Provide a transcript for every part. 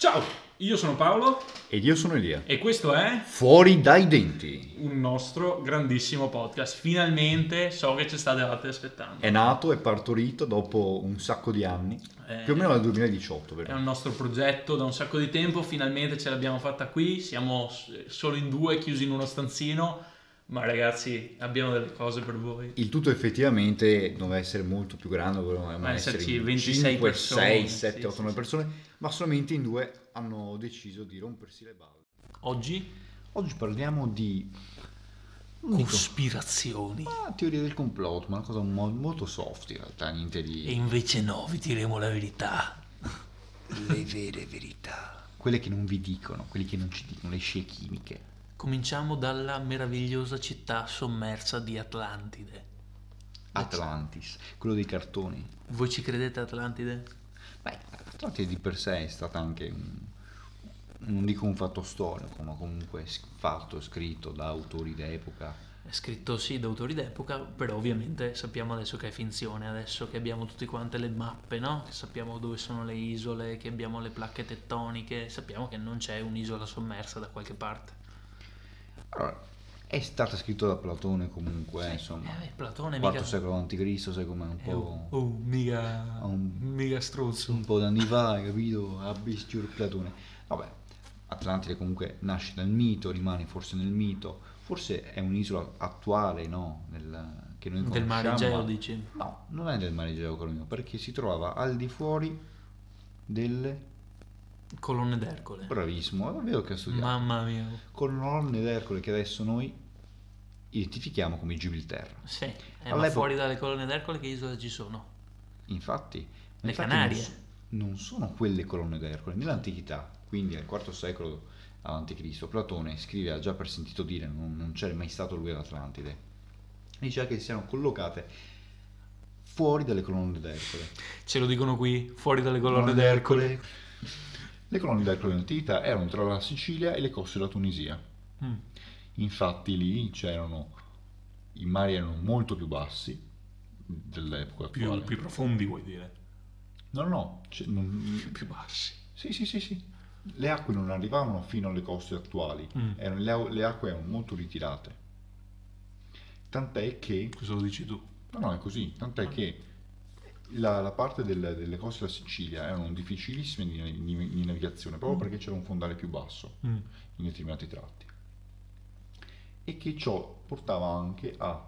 Ciao, io sono Paolo Ed io sono Elia. e questo è Fuori dai denti. un nostro grandissimo podcast. Finalmente so che ci state aspettando. È nato e partorito dopo un sacco di anni, più o meno dal 2018, È vero? un nostro progetto da un sacco di tempo, finalmente ce l'abbiamo fatta qui, siamo solo in due, chiusi in uno stanzino, ma ragazzi abbiamo delle cose per voi. Il tutto effettivamente doveva essere molto più grande, dovevano esserci essere 26 5, persone, 6, 7, sì, 8, 9 sì. persone, ma solamente in due hanno deciso di rompersi le balle. Oggi Oggi parliamo di cospirazioni. teoria del complotto, ma una cosa molto soft in realtà, niente di... E invece no, vi diremo la verità. Le vere verità. Quelle che non vi dicono, quelli che non ci dicono, le scie chimiche. Cominciamo dalla meravigliosa città sommersa di Atlantide. Atlantis, quello dei cartoni. Voi ci credete a Atlantide? Beh, Atlantide di per sé è stata anche non dico un fatto storico, ma comunque fatto, scritto da autori d'epoca. È scritto sì da autori d'epoca, però ovviamente sappiamo adesso che è finzione, adesso che abbiamo tutte quante le mappe, no? Che sappiamo dove sono le isole, che abbiamo le placche tettoniche, sappiamo che non c'è un'isola sommersa da qualche parte. Allora, è stata scritta da Platone comunque, insomma. Platone IV mica... secolo a.C., sai com'è un po'... mica strozzo. un po' d'anni fa, capito? A bestior Platone. Vabbè, Atlantide comunque nasce dal mito, rimane forse nel mito, forse è un'isola attuale, no? Che noi conosciamo. Del mare Egeo, ma- dici? No, non è del mare Egeo, caro mio, perché si trovava al di fuori delle... Colonne d'Ercole. Bravissimo, è vero che ha studiato. Mamma mia. Colonne d'Ercole che adesso noi identifichiamo come Gibilterra. Sì, ma All'epoca- fuori dalle colonne d'Ercole che isole ci sono? Infatti, Le Canarie. non sono quelle colonne d'Ercole. Nell'antichità, quindi nel IV secolo a.C., Platone scriveva già per sentito dire, non c'era mai stato lui ad Atlantide, diceva che siano collocate fuori dalle colonne d'Ercole. Ce lo dicono qui, fuori dalle colonne d'Ercole. Le colonne d'Ercole nell'antichità erano tra la Sicilia e le coste della Tunisia. Mm. Infatti lì i mari erano molto più bassi dell'epoca attuale. Più profondi vuoi dire? No, Più bassi. Sì. Le acque non arrivavano fino alle coste attuali, le acque erano molto ritirate. Tant'è che, Cosa lo dici tu? no, è così, tant'è che la parte delle coste della Sicilia erano difficilissime di navigazione, proprio perché c'era un fondale più basso in determinati tratti. E che ciò portava anche a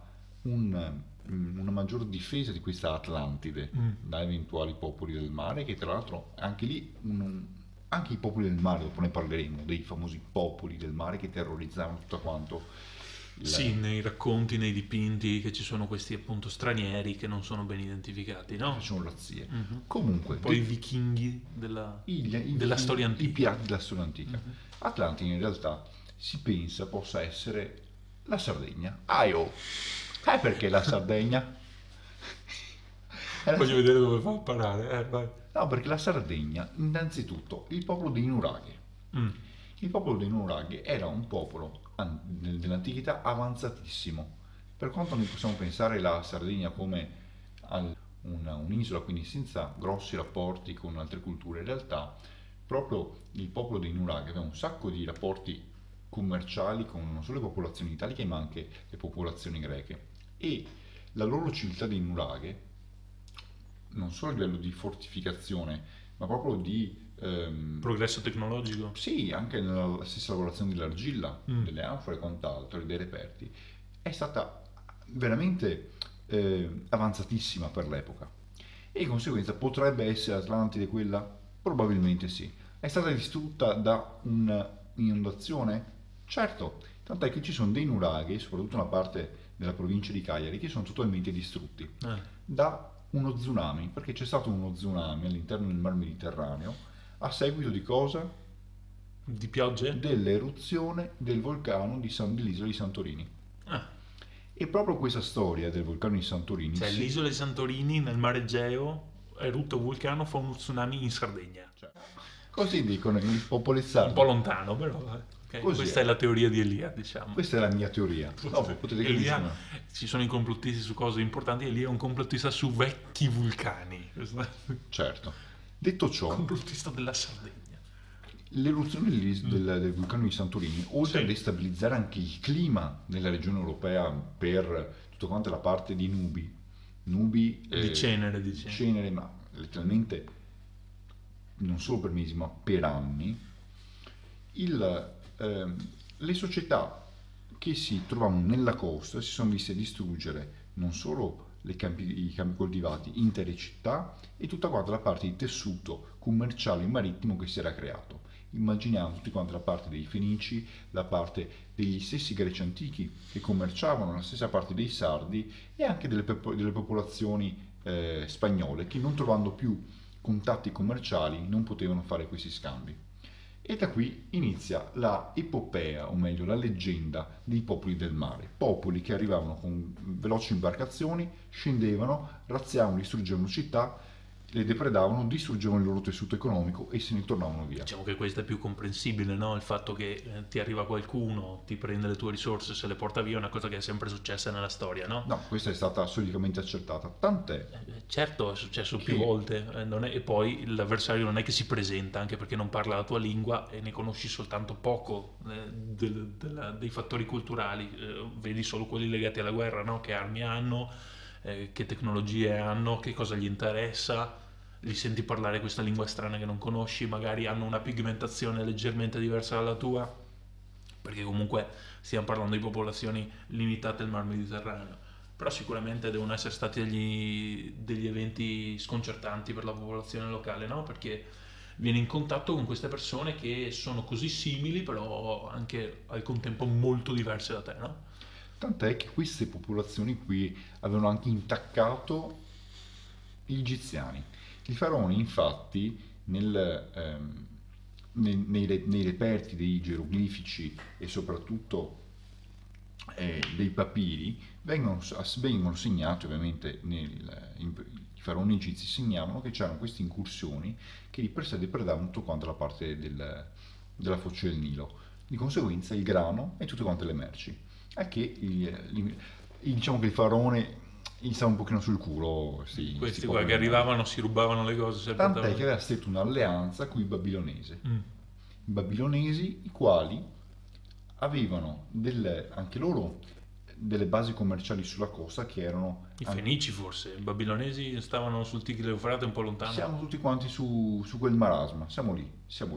una maggior difesa di questa Atlantide da eventuali popoli del mare, che tra l'altro anche lì anche i popoli del mare, dopo ne parleremo, dei famosi popoli del mare che terrorizzavano tutto quanto Sì, nei racconti, nei dipinti che ci sono questi appunto stranieri che non sono ben identificati, no? facevano razzie. Comunque, Poi i vichinghi della storia i antica. pirati della storia antica. Atlantide in realtà si pensa possa essere la Sardegna. Perché la Sardegna? Voglio vedere dove fa parare, vai. No, perché la Sardegna, innanzitutto, il popolo dei Nuraghe. Il popolo dei Nuraghe era un popolo dell'antichità avanzatissimo. Per quanto noi possiamo pensare la Sardegna come un'isola, quindi senza grossi rapporti con altre culture, in realtà proprio il popolo dei Nuraghe aveva un sacco di rapporti commerciali con non solo le popolazioni italiche ma anche le popolazioni greche, e la loro civiltà dei Nuraghe, non solo a livello di fortificazione ma proprio di Progresso tecnologico. sì, anche nella stessa lavorazione dell'argilla, delle anfore e quant'altro, e dei reperti, è stata veramente avanzatissima per l'epoca. E di conseguenza potrebbe essere Atlantide quella? Probabilmente sì. È stata distrutta da un'inondazione? Certo, tant'è che ci sono dei nuraghi, soprattutto una parte della provincia di Cagliari, che sono totalmente distrutti da uno tsunami, perché c'è stato uno tsunami all'interno del Mar Mediterraneo a seguito di cosa? Di piogge? Dell'eruzione del vulcano dell'isola di Santorini. E proprio questa storia del vulcano di Santorini, Cioè l'isola di Santorini nel mare Egeo, erutto vulcano, fa uno tsunami in Sardegna. così dicono i popoli Un sardi. po' lontano però. Ok, Così questa è. è la teoria di Elia, diciamo. Questa è la mia teoria. Dopo potete Elia, capire. ci sono i complottisti su cose importanti, Elia è un complottista su vecchi vulcani. Certo. Detto ciò, Complottista della Sardegna. l'eruzione del vulcano di Santorini, oltre a destabilizzare anche il clima nella regione europea per tutta quanta la parte di nubi di cenere, ma letteralmente non solo per mesi ma per anni, le società che si trovavano nella costa si sono viste distruggere non solo i campi coltivati, intere città e tutta quanta la parte di tessuto commerciale e marittimo che si era creato. Immaginiamo tutti quanti la parte dei Fenici, la parte degli stessi Greci antichi che commerciavano, la stessa parte dei Sardi e anche delle popolazioni spagnole che, non trovando più contatti commerciali, non potevano fare questi scambi. E da qui inizia la epopea, o meglio la leggenda dei popoli del mare. Popoli che arrivavano con veloci imbarcazioni, scendevano, razziavano, distruggevano città, le depredavano, distruggevano il loro tessuto economico e se ne tornavano via. Diciamo che questo è più comprensibile, no? Il fatto che ti arriva qualcuno, ti prende le tue risorse, se le porta via, è una cosa che è sempre successa nella storia, no? No, questa è stata solidamente accertata, tant'è. Certo, è successo più volte, e poi l'avversario non è che si presenta, anche perché non parla la tua lingua e ne conosci soltanto poco dei fattori culturali, vedi solo quelli legati alla guerra, no? Che armi hanno, che tecnologie hanno, che cosa gli interessa, li senti parlare questa lingua strana che non conosci, magari hanno una pigmentazione leggermente diversa dalla tua, perché comunque stiamo parlando di popolazioni limitate al Mar Mediterraneo, però sicuramente devono essere stati degli eventi sconcertanti per la popolazione locale, no? Perché vieni in contatto con queste persone che sono così simili, però anche al contempo molto diverse da te, no? Tant'è che queste popolazioni qui avevano anche intaccato gli egiziani. I faraoni, infatti, nei reperti dei geroglifici e soprattutto dei papiri vengono segnati, ovviamente i faraoni egizi segnavano che c'erano queste incursioni che di per sé depredavano tutta quanta la parte della foce del Nilo, di conseguenza il grano e tutte quante le merci, a che diciamo che il faraone gli stava un pochino sul culo questi qua che arrivavano, si rubavano le cose, tant'è che aveva stretto un'alleanza con i babilonesi. I babilonesi, i quali avevano anche loro delle basi commerciali sulla costa che erano i Fenici, forse i babilonesi stavano sul Tigri Eufrate, un po' lontano. Siamo tutti quanti su quel marasma, siamo lì.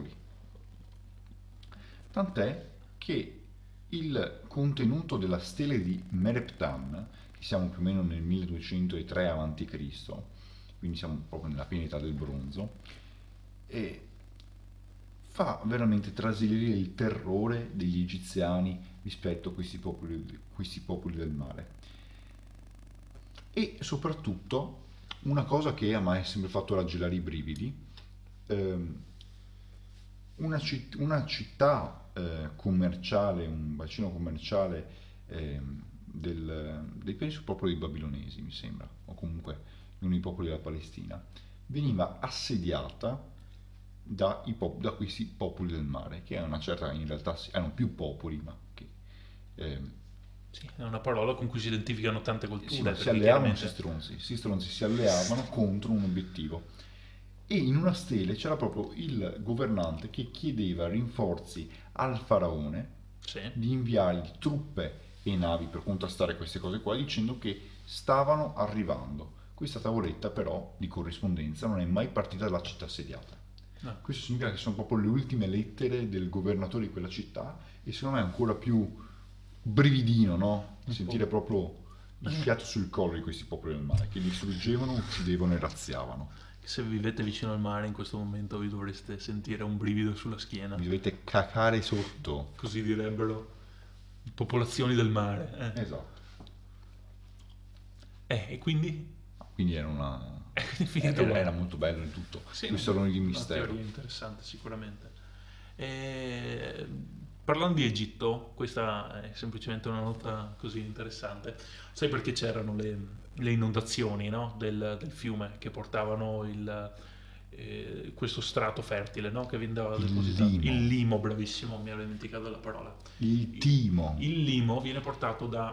Tant'è che il contenuto della stele di Mereptan, che siamo più o meno nel 1203 a.C., quindi siamo proprio nella piena età del bronzo, e fa veramente trasferire il terrore degli egiziani rispetto a questi popoli del mare. E soprattutto una cosa che a me ha sempre fatto raggelare i brividi, una città commerciale, un bacino commerciale dei penso proprio dei babilonesi, mi sembra, o comunque uno dei popoli della Palestina, veniva assediata da questi popoli del mare, che è una certa, in realtà erano più popoli, ma che sì, è una parola con cui si identificano tante culture. Sì, si alleavano questi stronzi si alleavano contro un obiettivo. E in una stele c'era proprio il governante che chiedeva rinforzi al faraone, sì, di inviargli truppe e navi per contrastare queste cose qua, dicendo che stavano arrivando. Questa tavoletta però di corrispondenza non è mai partita dalla città assediata. No. Questo significa che sono proprio le ultime lettere del governatore di quella città, e secondo me è ancora più brividino, no? Sentire proprio il fiato sul collo di questi popoli del mare che distruggevano, uccidevano e razziavano. Se vivete vicino al mare in questo momento vi dovreste sentire un brivido sulla schiena. Vi dovete cacare sotto. Così direbbero popolazioni del mare. Esatto. E quindi? Quindi era era molto bello il tutto. Sì, questo era di mistero. Una teoria interessante sicuramente. Parlando di Egitto, questa è semplicemente una nota così interessante. Sai perché c'erano le inondazioni, no? del fiume che portavano questo strato fertile, no? Che veniva depositato. Il limo, bravissimo, mi ero dimenticato la parola. Il timo. Il limo viene portato da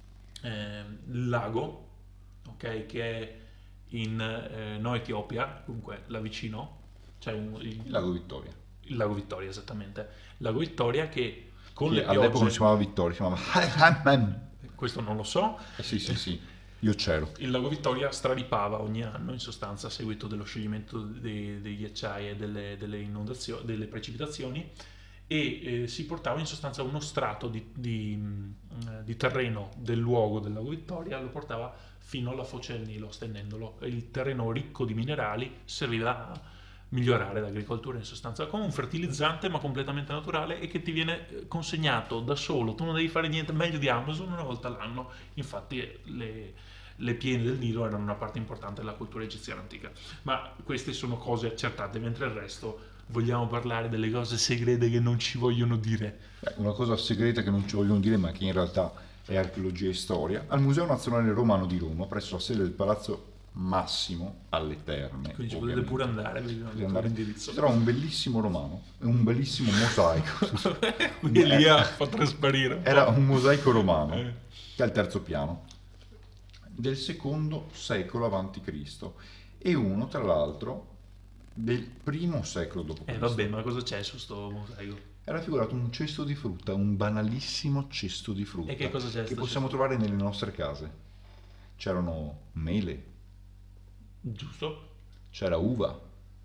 lago, ok, che è in no Etiopia, comunque là vicino, c'è il lago Vittoria. Il Lago Vittoria, esattamente. Lago Vittoria che con le all'epoca non piogge... si chiamava Vittoria, si chiamava... Questo non lo so. Sì, io c'ero. Il Lago Vittoria straripava ogni anno, in sostanza, a seguito dello scioglimento dei ghiacciai e delle inondazioni, delle precipitazioni, e si portava in sostanza uno strato di terreno del luogo del Lago Vittoria, lo portava fino alla foce del Nilo, stendendolo. Il terreno ricco di minerali serviva a migliorare l'agricoltura, in sostanza, come un fertilizzante ma completamente naturale, e che ti viene consegnato da solo. Tu non devi fare niente, meglio di Amazon, una volta all'anno. Infatti le piene del Nilo erano una parte importante della cultura egiziana antica. Ma queste sono cose accertate, mentre il resto vogliamo parlare delle cose segrete che non ci vogliono dire. Una cosa segreta che non ci vogliono dire, ma che in realtà è archeologia e storia, al Museo Nazionale Romano di Roma, presso la sede del Palazzo Massimo alle Terme. Quindi ci potete pure andare, Si trova un bellissimo romano, un bellissimo mosaico. Quindi lì fa trasparire. Era un mosaico romano, che è al terzo piano, del secondo secolo a.C. e uno, tra l'altro, del primo secolo d.C. Vabbè, ma cosa c'è su sto mosaico? Era raffigurato un cesto di frutta, un banalissimo cesto di frutta. E che cosa c'è? Che possiamo trovare nelle nostre case. C'erano mele. Giusto? C'era uva.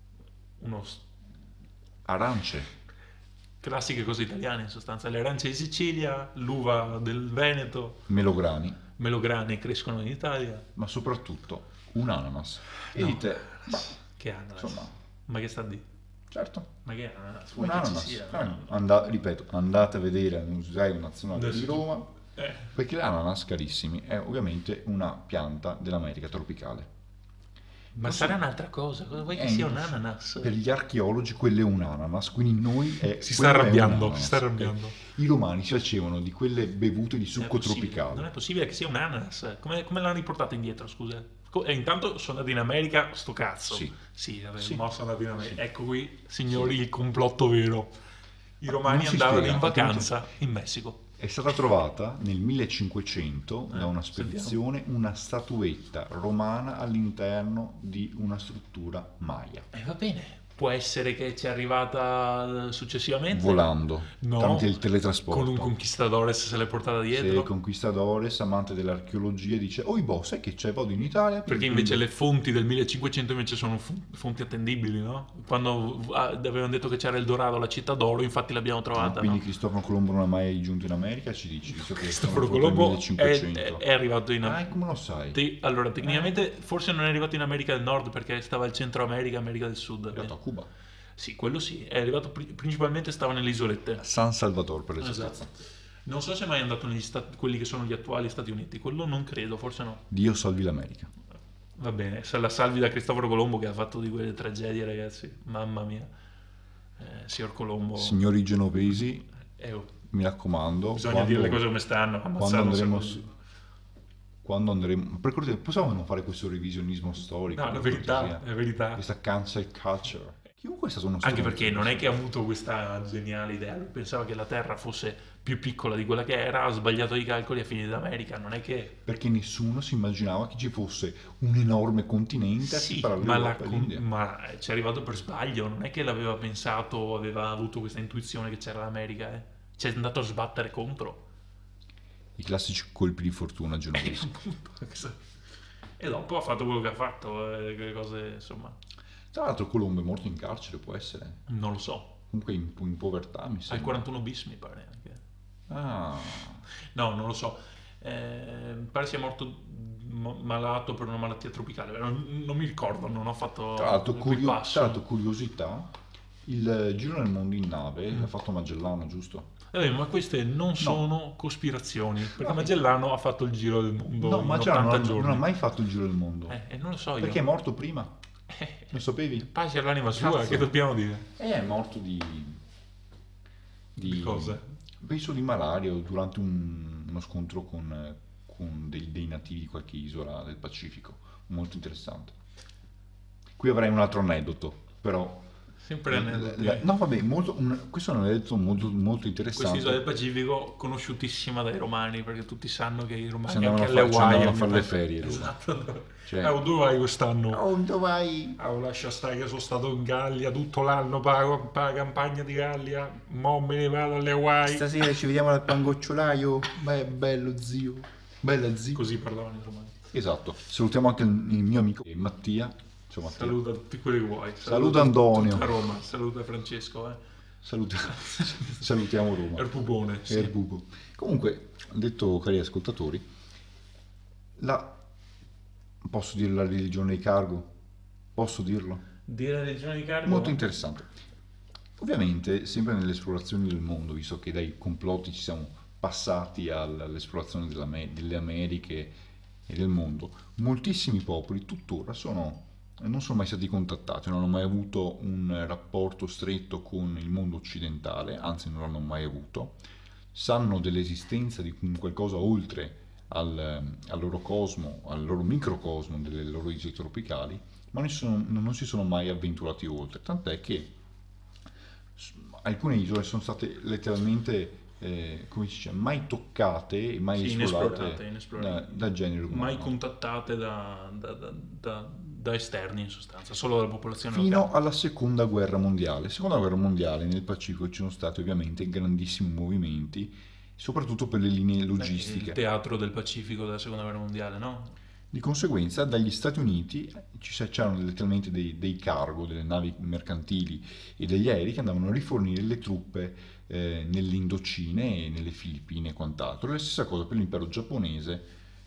Arance. Classiche cose italiane, in sostanza. Le arance di Sicilia, l'uva del Veneto. Melograni crescono in Italia. Ma soprattutto un ananas. E dite, che ananas? Insomma, ma che sta di? Certo. Ma che ananas? Un ananas. Ripeto, andate a vedere al Museo Nazionale di Roma, perché l'ananas, carissimi, è ovviamente una pianta dell'America tropicale. Ma sarà un'altra cosa? Cosa vuoi che sia un ananas? Per gli archeologi quello è un ananas, quindi noi si sta arrabbiando. I romani si facevano di quelle bevute di succo tropicale. Non è possibile che sia un ananas. Come l'hanno riportato indietro, scusa? Intanto sono andato in America, sto cazzo. Sì, mo sono andato in America. Ecco qui, signori, il complotto vero. I romani andavano in vacanza in Messico. È stata trovata nel 1500 da una spedizione una statuetta romana all'interno di una struttura maya. Va bene. Può essere che ci è arrivata successivamente? Volando, tramite il teletrasporto. Con un conquistadores se l'è portata dietro? Sì, il conquistadores, amante dell'archeologia, dice boh, sai che c'è, vado in Italia. Perché invece le fonti del 1500 invece sono fonti attendibili, no? Quando avevano detto che c'era il Dorado, la città d'oro, infatti l'abbiamo trovata. Quindi Cristoforo Colombo non è mai giunto in America, ci dici? Cristoforo Colombo è arrivato in America. Come lo sai? Allora, tecnicamente forse non è arrivato in America del Nord, perché stava al Centro America, America del Sud. È arrivato a Cuba. Sì, quello sì, è arrivato principalmente, stava nelle isolette. San Salvador, per esempio. Esatto. Non so se è mai andato negli quelli che sono gli attuali Stati Uniti, quello non credo, forse no. Dio salvi l'America. Va bene, se la salvi da Cristoforo Colombo, che ha fatto di quelle tragedie, ragazzi, mamma mia. Signor Colombo. Signori genovesi, mi raccomando. Bisogna dire le cose come stanno. Quando andremo, possiamo non fare questo revisionismo storico? No, è verità. Questa cancel culture. Chiunque è stato uno Anche perché non è che ha avuto questa geniale idea, lui pensava che la Terra fosse più piccola di quella che era, ha sbagliato i calcoli a fine d'America, non è che... Perché nessuno si immaginava che ci fosse un enorme continente ma ci è arrivato per sbaglio, non è che l'aveva pensato o aveva avuto questa intuizione che c'era l'America, Ci è andato a sbattere contro. I classici colpi di fortuna genovesi. E dopo ha fatto quello che ha fatto, le cose, insomma. Tra l'altro Colombo è morto in carcere, può essere? Non lo so. Comunque in povertà, mi sembra. Al 41 bis mi pare anche. No, non lo so. Mi pare sia morto malato per una malattia tropicale. Non mi ricordo, non ho fatto. Tra l'altro, curiosità, il giro nel mondo in nave l'ha fatto Magellano, giusto? Ma queste non sono cospirazioni, perché Magellano ha fatto il giro del mondo in 80 giorni. Non ha mai fatto il giro del mondo. Non lo so io. Perché è morto prima. Lo sapevi? Pace all'anima sua, che dobbiamo dire? È morto di cosa? Penso di malaria durante uno scontro con dei nativi di qualche isola del Pacifico. Molto interessante. Qui avrei un altro aneddoto, però Sempre aneddoti. No, vabbè, questo è un aneddoto molto, molto Questa interessante. isola del Pacifico conosciutissima dai romani, perché tutti sanno che i Ci romani andavano anche a alle ci Hawaii andavano a ogni fare le tanto- ferie. Roma. Esatto. Cioè, Dove vai quest'anno? oh, dove vai? Lascia stare che sono stato in Gallia tutto l'anno per la campagna di Gallia, mo me ne vado alle Hawaii. Stasera ci vediamo al pangocciolaio. Beh, bello zio. Bella zio. Così parlavano i romani. Esatto. Salutiamo anche il mio amico Mattia. Ciao Mattia. Saluta tutti quelli che vuoi. Saluta Antonio. Tutta Roma. Saluta Francesco. Salutiamo Roma. Erbubone. Sì. Erbubo. Comunque, detto cari ascoltatori, posso dire la religione di cargo? Posso dirlo? Di la regione di Cargo? Molto interessante. Ovviamente, sempre nelle esplorazioni del mondo, visto che dai complotti ci siamo passati all'esplorazione delle Americhe e del mondo, moltissimi popoli tuttora non sono mai stati contattati, non hanno mai avuto un rapporto stretto con il mondo occidentale, anzi non l'hanno mai avuto, sanno dell'esistenza di un qualcosa oltre al loro cosmo, al loro microcosmo delle loro isole tropicali, ma non si sono mai avventurati oltre, tant'è che alcune isole sono state letteralmente come si dice, mai toccate e mai Sì, esplorate inesplorate. da genere umano. Mai contattate da esterni in sostanza, solo dalla popolazione Fino locale. alla seconda guerra mondiale. Seconda guerra mondiale nel Pacifico ci sono stati ovviamente grandissimi movimenti, soprattutto per le linee Il logistiche. teatro del Pacifico della seconda guerra mondiale, no? Di conseguenza dagli Stati Uniti c'erano letteralmente dei cargo, delle navi mercantili e degli aerei che andavano a rifornire le truppe nell'Indocine e nelle Filippine e quant'altro. La stessa cosa per l'impero giapponese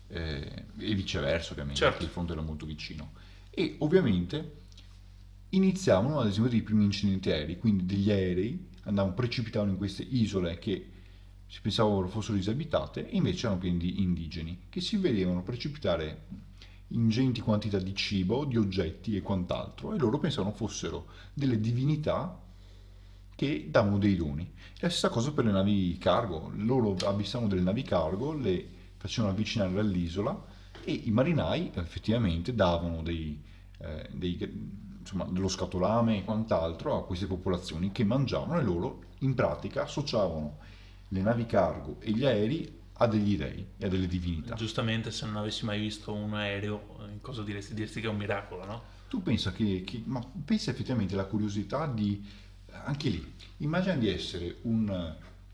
e viceversa ovviamente, Certo. perché il fronte era molto vicino. E ovviamente iniziavano ad esempio dei primi incidenti aerei, quindi degli aerei precipitavano in queste isole che si pensava fossero disabitate e invece erano pieni di indigeni che si vedevano precipitare ingenti quantità di cibo, di oggetti e quant'altro e loro pensavano fossero delle divinità che davano dei doni. La stessa cosa per le navi cargo, loro avvistavano delle navi cargo, le facevano avvicinare all'isola e i marinai effettivamente davano insomma, dello scatolame e quant'altro a queste popolazioni che mangiavano e loro in pratica associavano le navi cargo e gli aerei a degli dei e a delle divinità. Giustamente, se non avessi mai visto un aereo, cosa diresti? Diresti che è un miracolo, no? Tu pensa ma pensa effettivamente alla curiosità di, anche lì, immagina di essere un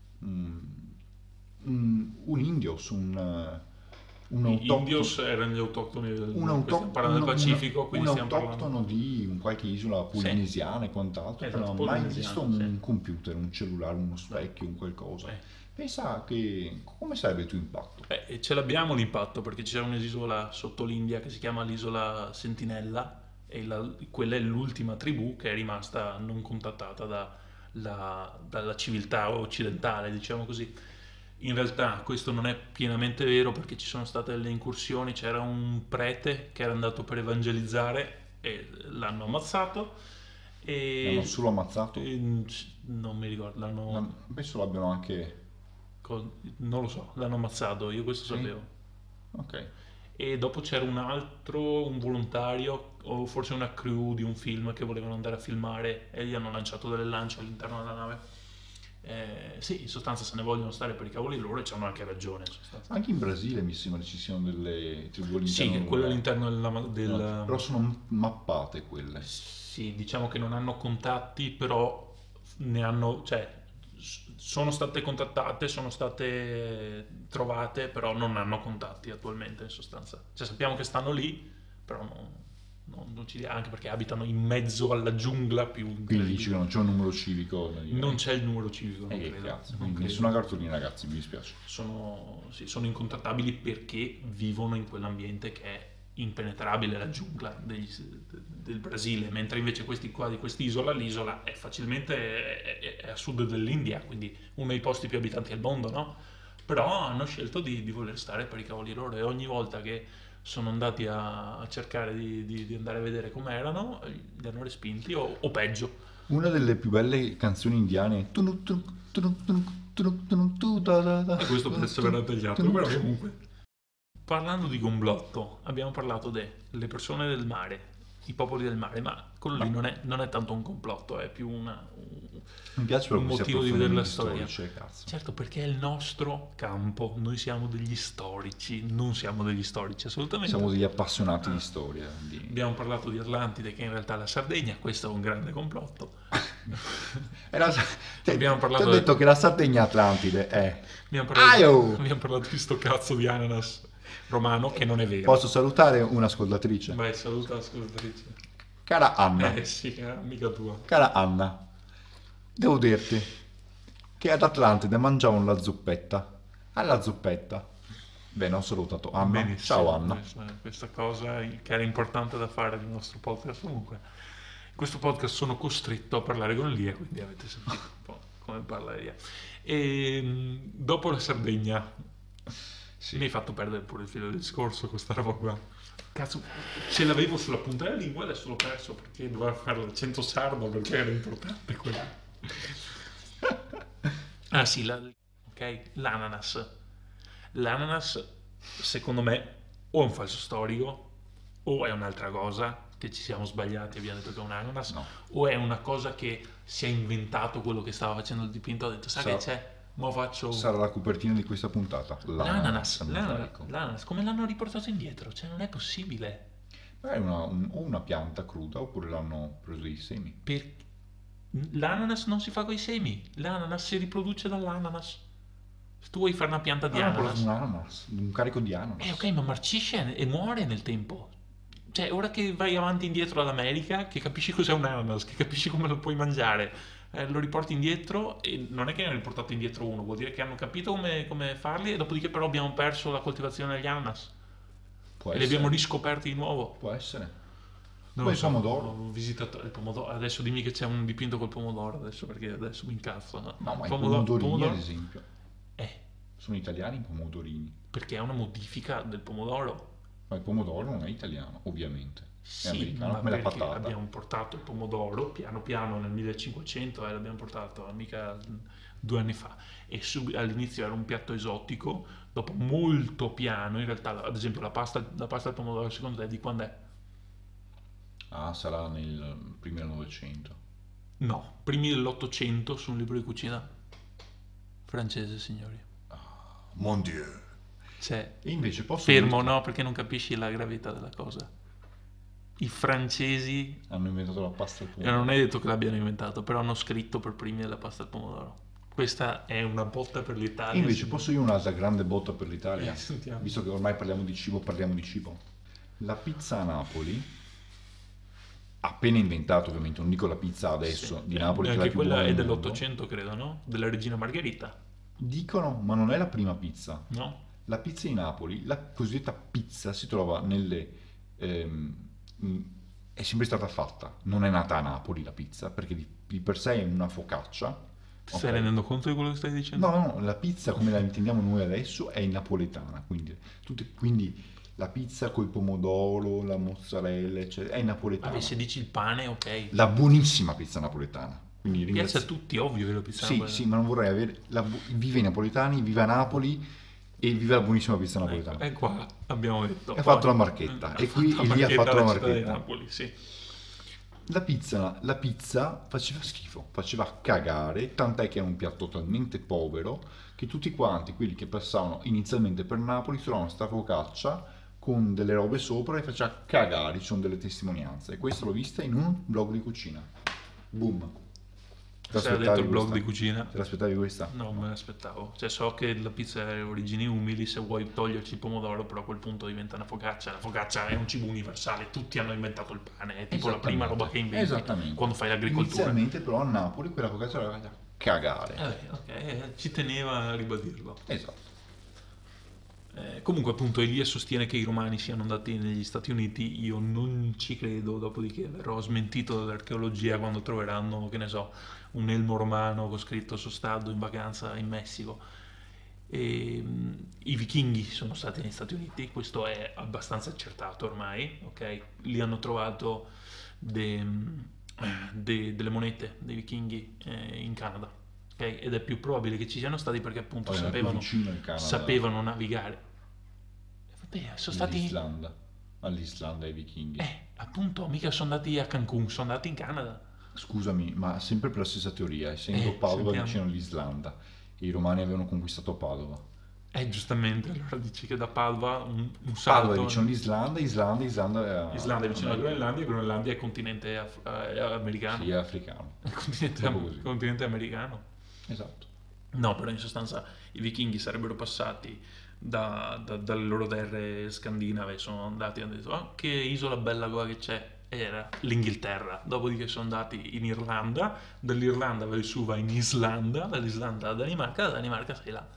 indios, un Gli autoctono, indios erano gli autoctoni un stiamo parlando del Pacifico, quindi stiamo autoctono parlando... di qualche isola polinesiana e quant'altro, che Esatto, non ha mai polinesiana, visto un sì. computer, un cellulare, uno specchio, un qualcosa. Pensa che come sarebbe il tuo impatto? E ce l'abbiamo l'impatto perché c'è un'isola sotto l'India che si chiama l'isola Sentinella e quella è l'ultima tribù che è rimasta non contattata dalla civiltà occidentale, diciamo così. In realtà questo non è pienamente vero perché ci sono state delle incursioni, c'era un prete che era andato per evangelizzare e l'hanno ammazzato e L'hanno solo ammazzato? non mi ricordo, Penso l'abbiano anche... non lo so, l'hanno ammazzato, io questo Sì? sapevo. Ok. E dopo c'era un volontario o forse una crew di un film che volevano andare a filmare e gli hanno lanciato delle lance all'interno della nave. Sì, in sostanza se ne vogliono stare per i cavoli loro e c'hanno anche ragione in sostanza. Anche in Brasile mi sembra ci siano delle tribù Sì, all'interno che quello all'interno No, però sono mappate quelle. Sì, diciamo che non hanno contatti, però ne hanno, cioè, sono state contattate, sono state trovate, però non hanno contatti attualmente in sostanza. Cioè sappiamo che stanno lì, però non ci anche perché abitano in mezzo alla giungla più Quindi incredibile. dici che non c'è un numero civico. Non c'è il numero civico, non che credo. cazzo, Non quindi credo. nessuna cartolina ragazzi, mi dispiace. Sì, sono incontattabili perché vivono in quell'ambiente che è impenetrabile, la giungla del Brasile, mentre invece questi qua di quest'isola, l'isola è facilmente è a sud dell'India, quindi uno dei posti più abitanti al mondo, no? Però hanno scelto di voler stare per i cavoli loro e ogni volta che sono andati a cercare di andare a vedere com'erano, li hanno respinti o peggio. Una delle più belle canzoni indiane è E questo pezzo verrà tagliato, però comunque. Parlando di complotto, abbiamo parlato delle persone del mare, i popoli del mare, ma quello lì non è tanto un complotto, è più Mi piace un proprio questi motivo di vedere la approfondimenti storia. storici, cazzo. Certo, perché è il nostro campo, noi siamo degli storici, non siamo degli storici, assolutamente. Siamo degli appassionati di storia. Abbiamo parlato di Atlantide, che in realtà è la Sardegna, questo è un grande complotto. Abbiamo Ti parlato ho detto che la Sardegna Atlantide è... abbiamo parlato di sto cazzo di ananas romano, che non è vero. Posso salutare un'ascoltatrice? Beh, saluta l'ascoltatrice. Cara Anna, Sì, è amica tua. cara Anna, devo dirti che ad Atlantide mangiavano la zuppetta. Alla zuppetta. Bene, ho salutato Anna. Benissimo, Ciao Anna. questa cosa che era importante da fare nel nostro podcast. Comunque, in questo podcast sono costretto a parlare con Lia, quindi avete sentito un po' come parla Lia. E dopo la Sardegna, Sì. mi hai fatto perdere pure il filo del discorso con sta roba qua. Cazzo, ce l'avevo sulla punta della lingua, adesso l'ho perso perché dovevo fare l'accento sardo, perché era importante quello. Ah sì, ok, l'ananas. L'ananas, secondo me, o è un falso storico, o è un'altra cosa, che ci siamo sbagliati e abbiamo detto che è un ananas, No. o è una cosa che si è inventato quello che stava facendo il dipinto, ha detto, sai che c'è? Mo faccio Sarà la copertina di questa puntata. l'ananas, mosaico. l'ananas, come l'hanno riportato indietro? Cioè, non è possibile. È o una pianta cruda oppure l'hanno preso dei semi. L'ananas non si fa con i semi, l'ananas si riproduce dall'ananas. Se tu vuoi fare una pianta di ananas, un ananas, un carico di ananas. ok, ma marcisce e muore nel tempo. Cioè, ora che vai avanti e indietro all'America, che capisci cos'è un ananas, che capisci come lo puoi mangiare, lo riporti indietro e non è che ne hanno riportato indietro uno, vuol dire che hanno capito come farli e dopodiché però abbiamo perso la coltivazione degli ananas Può e li essere. abbiamo riscoperti di nuovo. Può essere. Non Poi lo so, il pomodoro. ho visitato il pomodoro, adesso dimmi che c'è un dipinto col pomodoro adesso perché adesso mi incazzo. No, ma i Pomodoro- pomodorini ad esempio. Eh, Sono italiani i pomodorini. perché è una modifica del pomodoro. Ma il pomodoro non è italiano, ovviamente. È Sì, americano, ma come la perché patata. abbiamo portato il pomodoro piano piano nel 1500 e l'abbiamo portato mica 2 anni fa e all'inizio era un piatto esotico, dopo molto piano, in realtà ad esempio la pasta al pomodoro secondo te di quando è? Ah, sarà nel primo del Novecento. No, primi dell'800 su un libro di cucina francese, signori. Mon Dieu. Cioè, E invece posso fermo, dirti- no, perché non capisci la gravità della cosa. I francesi, Hanno inventato la pasta al e pomodoro. non è detto che l'abbiano inventato, però hanno scritto per primi della pasta al pomodoro. Questa è una botta per l'Italia. E invece posso io un'altra grande botta per l'Italia? Sentiamo. Visto che ormai parliamo di cibo, parliamo di cibo. La pizza a Napoli, appena inventato ovviamente, non dico la pizza adesso di Napoli, che è la anche più quella buona è del mondo. dell'800, credo, no? Della regina Margherita, Dicono, ma non è la prima pizza. no? La pizza di Napoli, la cosiddetta pizza, si trova nelle... è sempre stata fatta, non è nata a Napoli la pizza, perché di per sé è una focaccia. Ti stai ok? rendendo conto di quello che stai dicendo? No, la pizza come la intendiamo noi adesso è napoletana, quindi la pizza col pomodoro, la mozzarella, eccetera, è napoletana. Vabbè, se dici il pane, ok. La buonissima pizza napoletana. Quindi Piace a tutti, ovvio che lo pizza Sì, napoletana. sì, ma non vorrei avere... viva i napoletani, viva Napoli e viva la buonissima pizza napoletana. E qua abbiamo detto. Ha fatto la marchetta, e qui lì ha fatto la alla città di marchetta. Napoli, sì. La pizza faceva schifo, faceva cagare, tant'è che era un piatto talmente povero che tutti quanti quelli che passavano inizialmente per Napoli trovavano sta focaccia con delle robe sopra e faceva cagare, ci sono delle testimonianze. E questo l'ho vista in un blog di cucina. Boom. Te Se ha detto l'aspettavi il blog questa? di cucina. Te l'aspettavi questa? No, me l'aspettavo. Cioè, so che la pizza è origini umili, se vuoi toglierci il pomodoro, però a quel punto diventa una focaccia. La focaccia è un cibo universale, tutti hanno inventato il pane, è tipo la prima roba che inventi Esattamente. quando fai l'agricoltura. Inizialmente però a Napoli quella focaccia era da cagare. Ok, ci teneva a ribadirlo. Esatto. Comunque appunto Elia sostiene che i romani siano andati negli Stati Uniti, io non ci credo, dopodiché verrò smentito dall'archeologia quando troveranno, che ne so, un elmo romano con scritto sono stato in vacanza in Messico. I vichinghi sono stati negli Stati Uniti, questo è abbastanza accertato ormai, ok? Lì hanno trovato delle monete dei vichinghi in Canada, ok? Ed è più probabile che ci siano stati perché appunto Poi era più vicino il Canada. sapevano navigare. Vabbè, sono stati... All'Islanda ai vichinghi. Appunto, mica sono andati a Cancun, sono andati in Canada. Scusami, ma sempre per la stessa teoria, essendo Padova sentiamo. vicino all'Islanda, i romani avevano conquistato Padova. Giustamente, allora dici che da Padova un Padova è salto... vicino all'Islanda, Islanda Islanda è vicino alla America. Groenlandia, e Groenlandia è continente americano. Sì, è africano. È Proprio così. continente americano. Esatto. No, però in sostanza i vichinghi sarebbero passati dalle loro terre scandinave, sono andati e hanno detto "Ah, che isola bella qua che c'è", era l'Inghilterra. Dopodiché sono andati in Irlanda, dall'Irlanda vai su vai in Islanda, dall'Islanda alla Danimarca, dalla Danimarca sei là.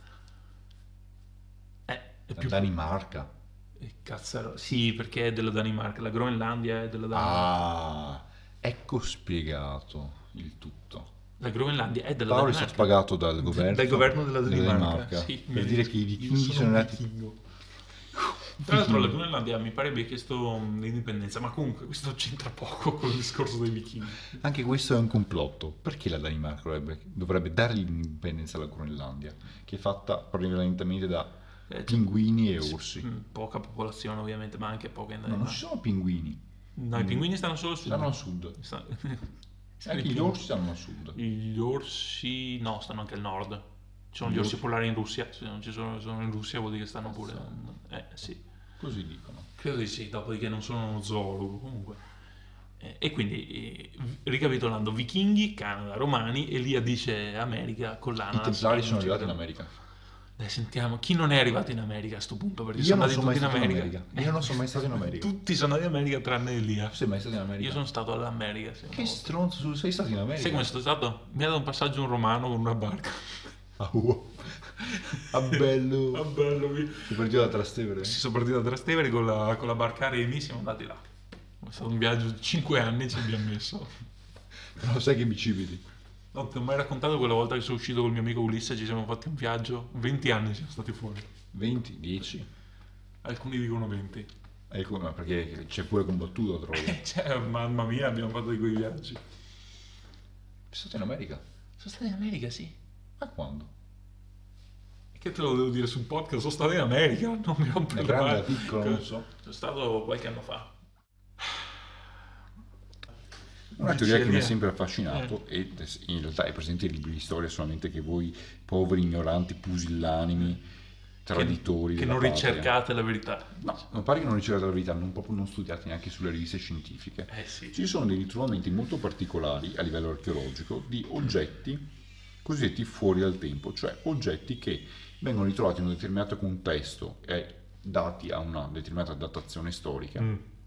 È La più... Danimarca. Cazzaro. Sì, perché è della Danimarca, la Groenlandia è della Danimarca. Ah, ecco spiegato il tutto. La Groenlandia è della Paolo è stato Danimarca. pagato dal governo della della Danimarca. Sì, per dire che i io vichinghi sono sono un andati... vichingo. Tra l'altro la Groenlandia mi pare abbia chiesto l'indipendenza, ma comunque questo c'entra poco con il discorso dei vichinghi. Anche questo è un complotto. Perché la Danimarca dovrebbe dare l'indipendenza alla Groenlandia, che è fatta prevalentemente da C'è pinguini e orsi? poca popolazione ovviamente, ma anche poca in No, non ci Danimarca. sono pinguini, No, i pinguini stanno solo a sud. stanno al sud. Sta- Anche gli orsi stanno al sud. Gli orsi no, stanno anche al nord. Ci sono Gli gli orsi orsi- polari in Russia, se non ci sono in Russia vuol dire che stanno pure. Sì. Così dicono. Credo di sì, dopodiché non sono uno zoologo comunque. E quindi, ricapitolando, vichinghi, Canada, romani, Elia dice America con I l'ananas. templari sono Non ci arrivati in credo. America. Dai, sentiamo, chi non è arrivato in America a sto punto? Perché Io sono non andati sono mai tutti in stato in America. America. Io non sono mai stato in America. Tutti sono andati in America tranne Elia. Tu sei mai stato in America? Io sono stato all'America. Sì, una Che volta. stronzo, sei stato in America? Sai come sono stato? Mi ha dato un passaggio un romano con una barca. Ah, wow. Ah, bello. Ah, bello, Sei partito da Trastevere? si sono partiti da Trastevere con la barca Remi, siamo andati là. È stato un viaggio di 5 anni ci abbiamo messo. Però sai che mi cibiti. Non ti ho mai raccontato quella volta che sono uscito col mio amico Ulisse, ci siamo fatti un viaggio, 20 anni siamo stati fuori. 20, 10. Alcuni dicono 20. Ecco, ma perché c'è pure combattuto, trovo. Sei Cioè, mamma mia, abbiamo fatto di quei viaggi. stato in America? Sono stato in America, sì. Ma quando? Che te lo devo dire sul podcast? Sono stato in America, non mi Da rompere le grande, da balle. piccolo, non so. Sono stato qualche anno fa. Una teoria che mi ha Dicevi- sempre affascinato, e in realtà è presente in libri di storia, solamente che voi, poveri ignoranti, pusillanimi, traditori che della non patria. ricercate la verità. No, non pare che non ricercate la verità, proprio non studiate neanche sulle riviste scientifiche. Sì. Ci sono dei ritrovamenti molto particolari a livello archeologico di oggetti cosiddetti fuori dal tempo, cioè oggetti che vengono ritrovati in un determinato contesto e dati a una determinata datazione storica,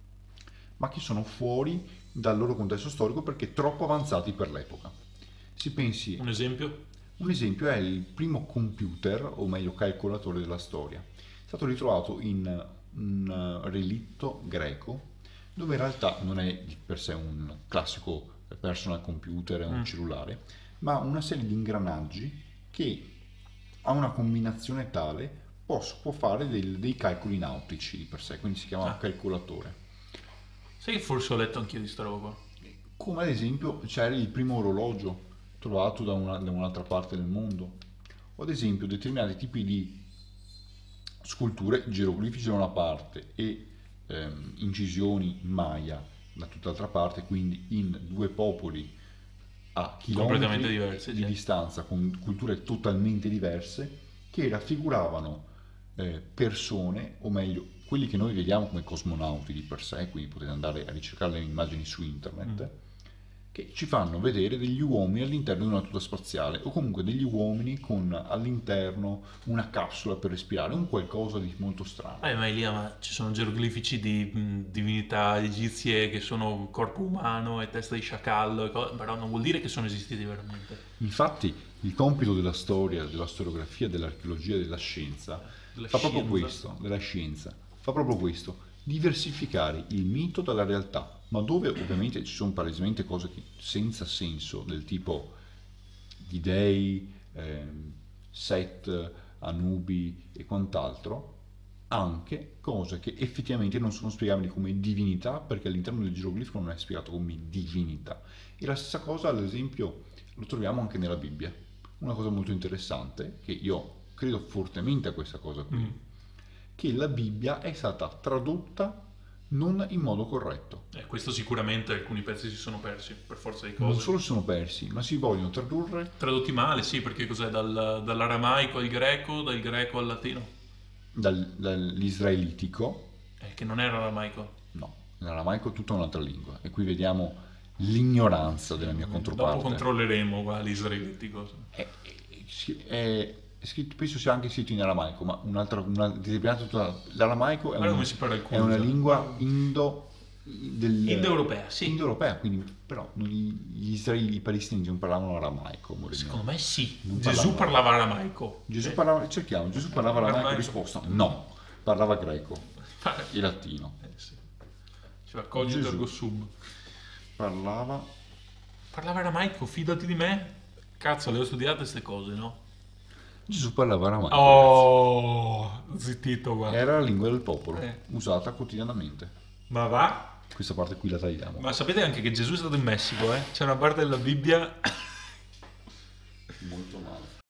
ma che sono fuori dal loro contesto storico perché troppo avanzati per l'epoca. Si pensi, Un esempio? un esempio è il primo computer, o meglio calcolatore della storia. È stato ritrovato in un relitto greco, dove in realtà non è di per sé un classico personal computer, un cellulare, ma una serie di ingranaggi che ha una combinazione tale può fare dei calcoli nautici di per sé, quindi si chiama calcolatore. Sai che forse ho letto anch'io di sta roba qua? Come ad esempio c'era il primo orologio trovato da un'altra parte del mondo, o ad esempio determinati tipi di sculture, geroglifici da una parte e incisioni maya da tutt'altra parte, quindi in due popoli a Completamente chilometri diversi, di sì. distanza, con culture totalmente diverse, che raffiguravano persone, o meglio, quelli che noi vediamo come cosmonauti di per sé, quindi potete andare a ricercare le immagini su internet, che ci fanno vedere degli uomini all'interno di una tuta spaziale, o comunque degli uomini con all'interno una capsula per respirare, un qualcosa di molto strano. Ma Elia, ma ci sono geroglifici di divinità egizie che sono corpo umano e testa di sciacallo, però non vuol dire che sono esistiti veramente. Infatti il compito della storia, della storiografia, dell'archeologia e della scienza Della fa proprio scienza. questo, della scienza, fa proprio questo, diversificare il mito dalla realtà, ma dove ovviamente ci sono palesemente cose senza senso, del tipo gli dei, Set, Anubi e quant'altro, anche cose che effettivamente non sono spiegabili come divinità, perché all'interno del geroglifico non è spiegato come divinità. E la stessa cosa, ad esempio, lo troviamo anche nella Bibbia. Una cosa molto interessante, che io credo fortemente a questa cosa qui, che la Bibbia è stata tradotta non in modo corretto. Questo sicuramente alcuni pezzi si sono persi, per forza di Non cose. solo si sono persi, ma si vogliono tradurre Tradotti male, sì, perché cos'è? Dall'aramaico al greco, dal greco al latino? dall'israelitico. Che non era aramaico. No, l'aramaico è tutta un'altra lingua. E qui vediamo l'ignoranza della mia controparte. Dopo controlleremo qua l'israelitico. È scritto, penso sia anche scritto in aramaico, ma l'aramaico è, Guarda come si parla il è una curso. lingua Indoeuropea, sì. indoeuropea, quindi però gli israeli, i palestinesi non parlavano aramaico. Secondo me sì. Non Gesù parlava aramaico. Gesù parlava, cerchiamo, Gesù parlava aramaico, Aramaico. risposta no, parlava greco e latino. Sì. Ci va cogito Gesù. ergo sum. Parlava Aramaico, fidati di me. Cazzo, le ho studiate queste cose, no? Gesù parlava aramaico. Oh, zittito qua. Era la lingua del popolo, Eh. usata quotidianamente. Ma va? Questa parte qui la tagliamo. Ma sapete anche che Gesù è stato in Messico, eh? C'è una parte della Bibbia Molto male.